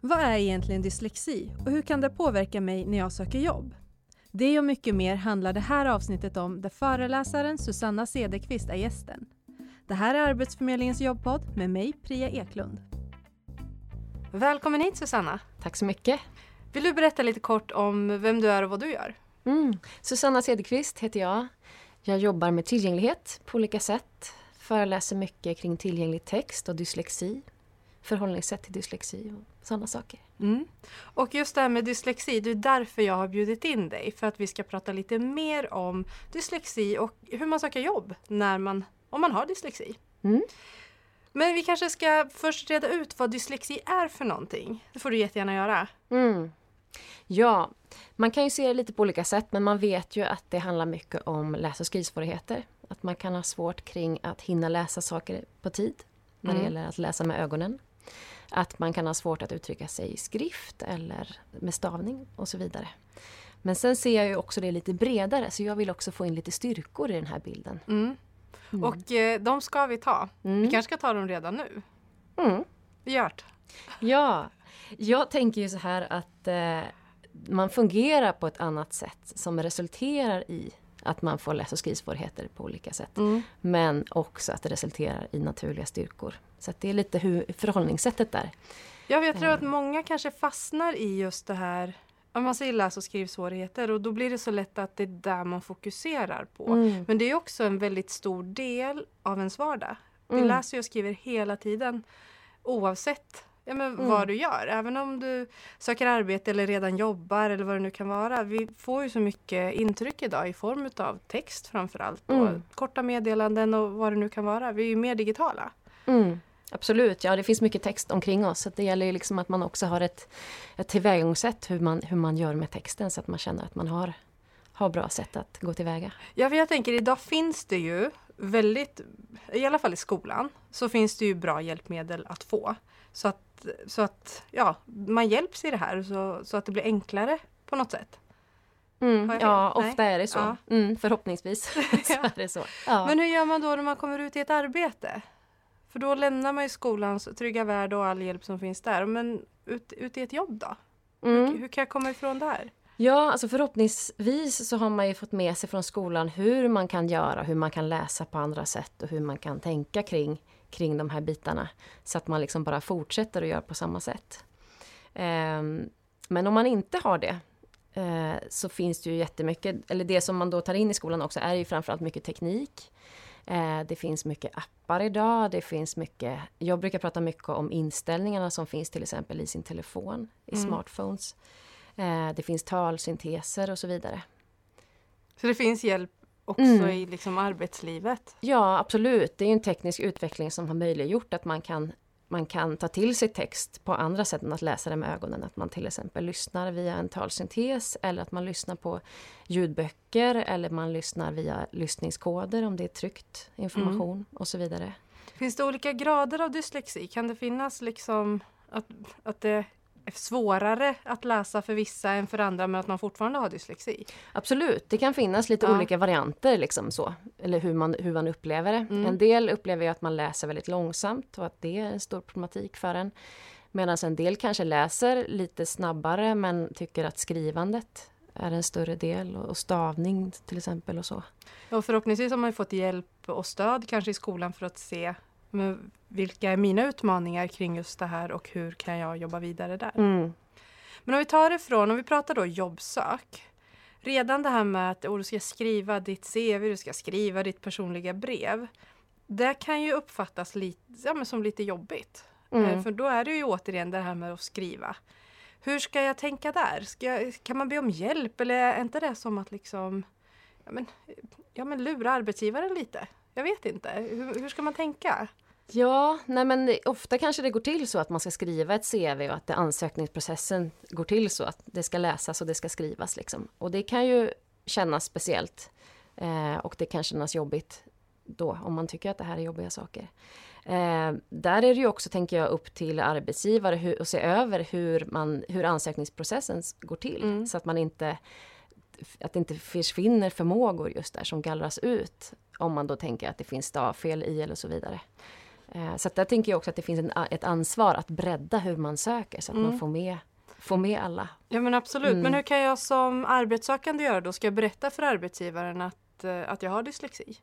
Vad är egentligen dyslexi och hur kan det påverka mig när jag söker jobb? Det och mycket mer handlar det här avsnittet om där föreläsaren Susanna Cederqvist är gästen. Det här är Arbetsförmedlingens jobbpodd med mig, Priya Eklund. Välkommen hit Susanna. Tack så mycket. Vill du berätta lite kort om vem du är och vad du gör? Susanna Cederqvist heter jag. Jag jobbar med tillgänglighet på olika sätt. Föreläser mycket kring tillgänglig text och dyslexi. Förhållningssätt till dyslexi och sådana saker. Och just det här med dyslexi, det är därför jag har bjudit in dig. För att vi ska prata lite mer om dyslexi och hur man söker jobb om man har dyslexi. Men vi kanske ska först reda ut vad dyslexi är för någonting. Det får du jättegärna göra. Ja, man kan ju se det lite på olika sätt, men man vet ju att det handlar mycket om läs- och skrivsvårigheter. Att man kan ha svårt kring att hinna läsa saker på tid när det gäller att läsa med ögonen. Att man kan ha svårt att uttrycka sig i skrift eller med stavning och så vidare. Men sen ser jag ju också det lite bredare, så jag vill också få in lite styrkor i den här bilden. Och de ska vi ta. Vi kanske ska ta dem redan nu. Gjort. Ja, jag tänker ju så här att man fungerar på ett annat sätt som resulterar i att man får läs- och skrivsvårigheter på olika sätt. Men också att det resulterar i naturliga styrkor. Så att det är lite förhållningssättet där. Ja, jag tror att många kanske fastnar i just det här. Om man säger läs- och skrivsvårigheter och då blir det så lätt att det är där man fokuserar på. Men det är också en väldigt stor del av ens vardag. Vi läser och skriver hela tiden oavsett vad du gör. Även om du söker arbete eller redan jobbar eller vad det nu kan vara. Vi får ju så mycket intryck idag i form av text framförallt. Och korta meddelanden och vad det nu kan vara. Vi är ju mer digitala. Absolut, ja det finns mycket text omkring oss. Så det gäller ju liksom att man också har ett tillvägagångssätt hur man gör med texten. Så att man känner att man har bra sätt att gå tillväga. Ja, för jag tänker idag finns det ju i alla fall i skolan, så finns det ju bra hjälpmedel att få. Så att man hjälps i det här så att det blir enklare på något sätt. Ja, ofta är det så. Ja. Förhoppningsvis så är det så. Ja. Men hur gör man då när man kommer ut i ett arbete? För då lämnar man ju skolans trygga värld och all hjälp som finns där. Men ut i ett jobb då? Hur kan jag komma ifrån det här? Ja, alltså förhoppningsvis så har man ju fått med sig från skolan hur man kan göra, hur man kan läsa på andra sätt och hur man kan tänka kring de här bitarna. Så att man liksom bara fortsätter att göra på samma sätt. Men om man inte har det så finns det ju jättemycket, eller det som man då tar in i skolan också är ju framförallt mycket teknik. Det finns mycket appar idag, jag brukar prata mycket om inställningarna som finns till exempel i sin telefon, i smartphones. Det finns talsynteser och så vidare. Så det finns hjälp också i liksom arbetslivet? Ja, absolut. Det är ju en teknisk utveckling som har möjliggjort att man kan ta till sig text på andra sätt än att läsa det med ögonen. Att man till exempel lyssnar via en talsyntes eller att man lyssnar på ljudböcker eller man lyssnar via lyssningskoder om det är tryckt information och så vidare. Finns det olika grader av dyslexi? Kan det finnas liksom att det är svårare att läsa för vissa än för andra men att man fortfarande har dyslexi? Absolut, det kan finnas lite olika varianter liksom så, eller hur man upplever det. En del upplever ju att man läser väldigt långsamt och att det är en stor problematik för en. Medan en del kanske läser lite snabbare men tycker att skrivandet är en större del och stavning till exempel och så. Ja, förhoppningsvis har man ju fått hjälp och stöd kanske i skolan för att se vilka är mina utmaningar kring just det här och hur kan jag jobba vidare där. Men om vi tar ifrån, om vi pratar då jobbsök. Redan det här med att du ska skriva ditt CV, du ska skriva ditt personliga brev. Det kan ju uppfattas som lite jobbigt. För då är det ju återigen det här med att skriva. Hur ska jag tänka där? Kan man be om hjälp eller är inte det som att liksom lura arbetsgivaren lite? Jag vet inte. Hur ska man tänka? Ja, men ofta kanske det går till så att man ska skriva ett CV och att ansökningsprocessen går till så att det ska läsas och det ska skrivas liksom. Och det kan ju kännas speciellt och det kan kännas jobbigt då om man tycker att det här är jobbiga saker. Där är det ju också, tänker jag, upp till arbetsgivare att se över hur ansökningsprocessen går till så att att det inte försvinner förmågor just där som gallras ut om man då tänker att det finns stavfel i eller så vidare. Så att där tänker jag också att det finns ett ansvar att bredda hur man söker så att man får med alla. Ja men absolut, men hur kan jag som arbetssökande göra då? Ska jag berätta för arbetsgivaren att jag har dyslexi?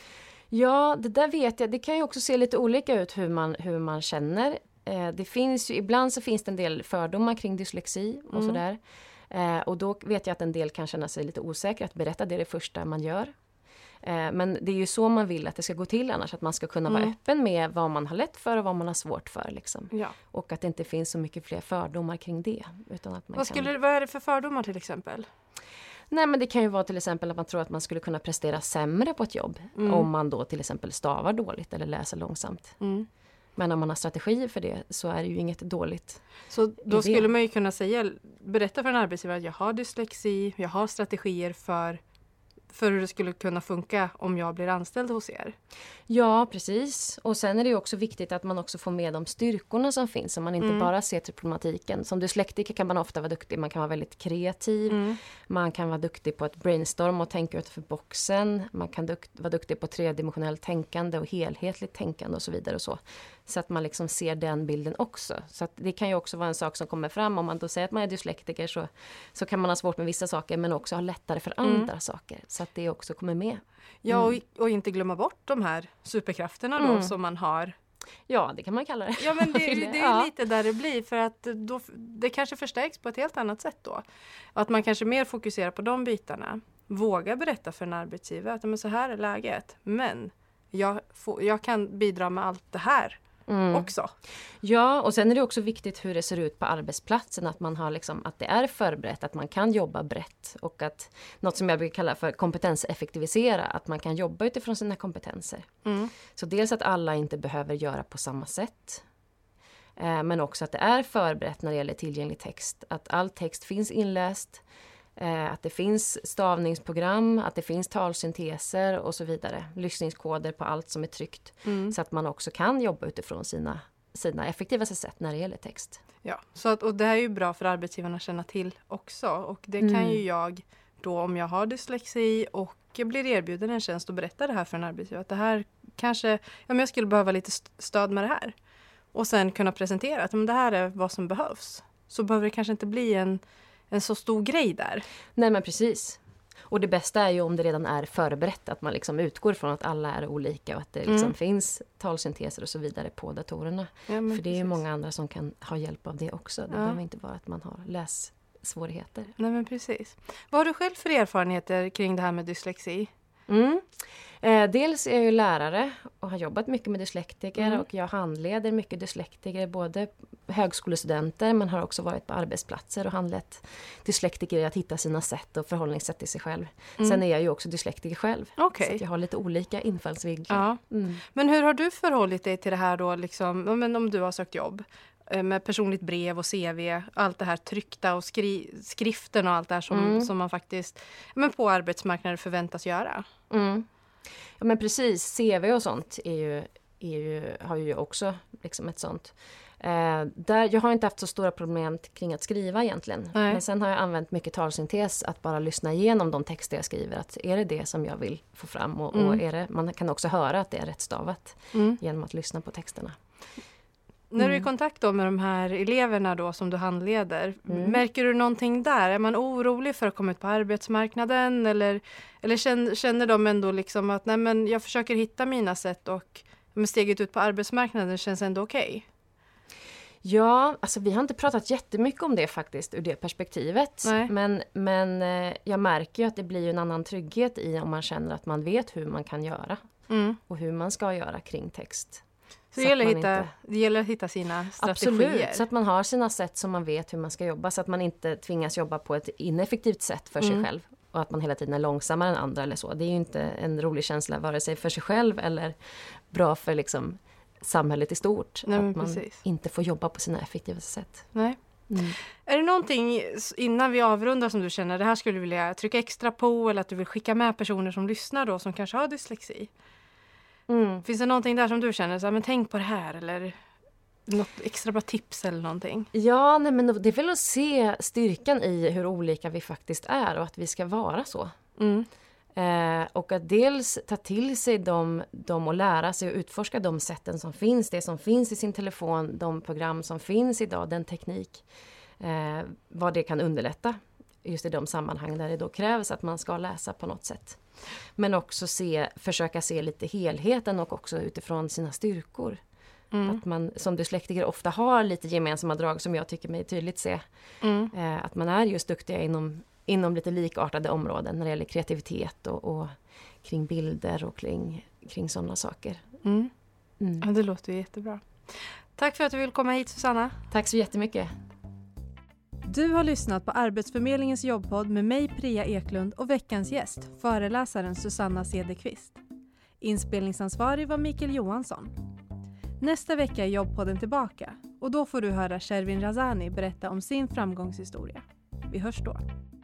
Ja, det där vet jag. Det kan ju också se lite olika ut hur man känner. Det finns ju, ibland så finns det en del fördomar kring dyslexi och sådär. Och då vet jag att en del kan känna sig lite osäkra att berätta det första man gör. Men det är ju så man vill att det ska gå till annars. Att man ska kunna vara öppen med vad man har lätt för och vad man har svårt för. Liksom. Ja. Och att det inte finns så mycket fler fördomar kring det. Utan att man vad är det för fördomar till exempel? Nej, men det kan ju vara till exempel att man tror att man skulle kunna prestera sämre på ett jobb. Om man då till exempel stavar dåligt eller läser långsamt. Men om man har strategier för det så är det ju inget dåligt. Så då skulle man ju kunna berätta för en arbetsgivare att jag har dyslexi, jag har strategier för hur det skulle kunna funka om jag blir anställd hos er. Ja, precis. Och sen är det ju också viktigt att man också får med de styrkorna som finns. Så man inte bara ser till problematiken. Som dyslektiker kan man ofta vara duktig. Man kan vara väldigt kreativ. Man kan vara duktig på ett brainstorm och tänka utanför boxen. Man kan vara duktig på tredimensionellt tänkande och helhetligt tänkande och så vidare och så. Så att man liksom ser den bilden också. Så att det kan ju också vara en sak som kommer fram. Om man då säger att man är dyslektiker så kan man ha svårt med vissa saker men också ha lättare för andra saker. Så att det också kommer med. Ja, och inte glömma bort de här superkrafterna då som man har. Ja, det kan man kalla det. Ja, men det är lite där det blir för att det kanske förstärks på ett helt annat sätt då. Att man kanske mer fokuserar på de bitarna. Våga berätta för en arbetsgivare att men så här är läget. Men jag kan bidra med allt det här också. Ja, och sen är det också viktigt hur det ser ut på arbetsplatsen. Att man har liksom, att det är förberett, att man kan jobba brett. Och att något som jag brukar kalla för kompetenseffektivisera. Att man kan jobba utifrån sina kompetenser. Så dels att alla inte behöver göra på samma sätt. Men också att det är förberett när det gäller tillgänglig text. Att all text finns inläst. Att det finns stavningsprogram, att det finns talsynteser och så vidare. Lyssningskoder på allt som är tryckt. Så att man också kan jobba utifrån sina effektivaste sätt när det gäller text. Ja, och det här är ju bra för arbetsgivarna att känna till också. Och det kan ju jag då om jag har dyslexi och blir erbjuden en tjänst och berättar det här för en arbetsgivare. Att det här kanske, jag skulle behöva lite stöd med det här. Och sen kunna presentera att det här är vad som behövs. Så behöver det kanske inte bli en så stor grej där. Nej, men precis. Och det bästa är ju om det redan är förberett. Att man liksom utgår från att alla är olika. Och att det liksom finns talsynteser och så vidare på datorerna. Ja, för det är ju många andra som kan ha hjälp av det också. Det behöver inte vara att man har lässvårigheter. Nej, men precis. Vad har du själv för erfarenheter kring det här med dyslexi? Dels är jag ju lärare och har jobbat mycket med dyslektiker och jag handleder mycket dyslektiker, både högskolestudenter men har också varit på arbetsplatser och handlett dyslektiker att hitta sina sätt och förhållningssätt till sig själv. Sen är jag ju också dyslektiker själv, så att jag har lite olika infallsvinklar. Ja. Men hur har du förhållit dig till det här då, liksom, om du har sökt jobb? Med personligt brev och CV, allt det här tryckta och skriften och allt det här som man faktiskt på arbetsmarknaden förväntas göra. Ja, men precis, CV och sånt har ju också liksom ett sånt. Jag har inte haft så stora problem kring att skriva egentligen. Nej. Men sen har jag använt mycket talsyntes att bara lyssna igenom de texter jag skriver. Att är det som jag vill få fram? Och man kan också höra att det är rätt stavat genom att lyssna på texterna. När du är i kontakt då med de här eleverna då som du handleder, märker du någonting där? Är man orolig för att komma ut på arbetsmarknaden? Eller känner de ändå liksom att nej, men jag försöker hitta mina sätt och steget ut på arbetsmarknaden känns ändå okej? Ja, alltså vi har inte pratat jättemycket om det faktiskt ur det perspektivet. Men jag märker ju att det blir en annan trygghet i om man känner att man vet hur man kan göra. Och hur man ska göra kring text. Så det gäller att hitta sina strategier. Absolut, så att man har sina sätt som man vet hur man ska jobba. Så att man inte tvingas jobba på ett ineffektivt sätt för sig själv. Och att man hela tiden är långsammare än andra eller så. Det är ju inte en rolig känsla vare sig för sig själv eller bra för liksom samhället i stort. Nej, att man inte får jobba på sina effektivaste sätt. Nej. Är det någonting innan vi avrundar som du känner det här skulle du vilja trycka extra på eller att du vill skicka med personer som lyssnar då som kanske har dyslexi? Finns det någonting där som du känner så här, men tänk på det här eller något extra bra tips eller någonting? Ja, nej, men det är väl att se styrkan i hur olika vi faktiskt är och att vi ska vara så. Och att dels ta till sig dem och lära sig och utforska de sätten som finns. Det som finns i sin telefon, de program som finns idag, den teknik. Vad det kan underlätta just i de sammanhang där det då krävs att man ska läsa på något sätt. Men också försöka se lite helheten och också utifrån sina styrkor. Att man som dyslektiker ofta har lite gemensamma drag som jag tycker mig tydligt se. Att man är just duktiga inom lite likartade områden när det gäller kreativitet och kring bilder och kring sådana saker. Ja, det låter jättebra. Tack för att du vill komma hit, Susanna. Tack så jättemycket. Du har lyssnat på Arbetsförmedlingens jobbpodd med mig, Priya Eklund, och veckans gäst, föreläsaren Susanna Cederqvist. Inspelningsansvarig var Mikael Johansson. Nästa vecka är jobbpodden tillbaka och då får du höra Shervin Razani berätta om sin framgångshistoria. Vi hörs då.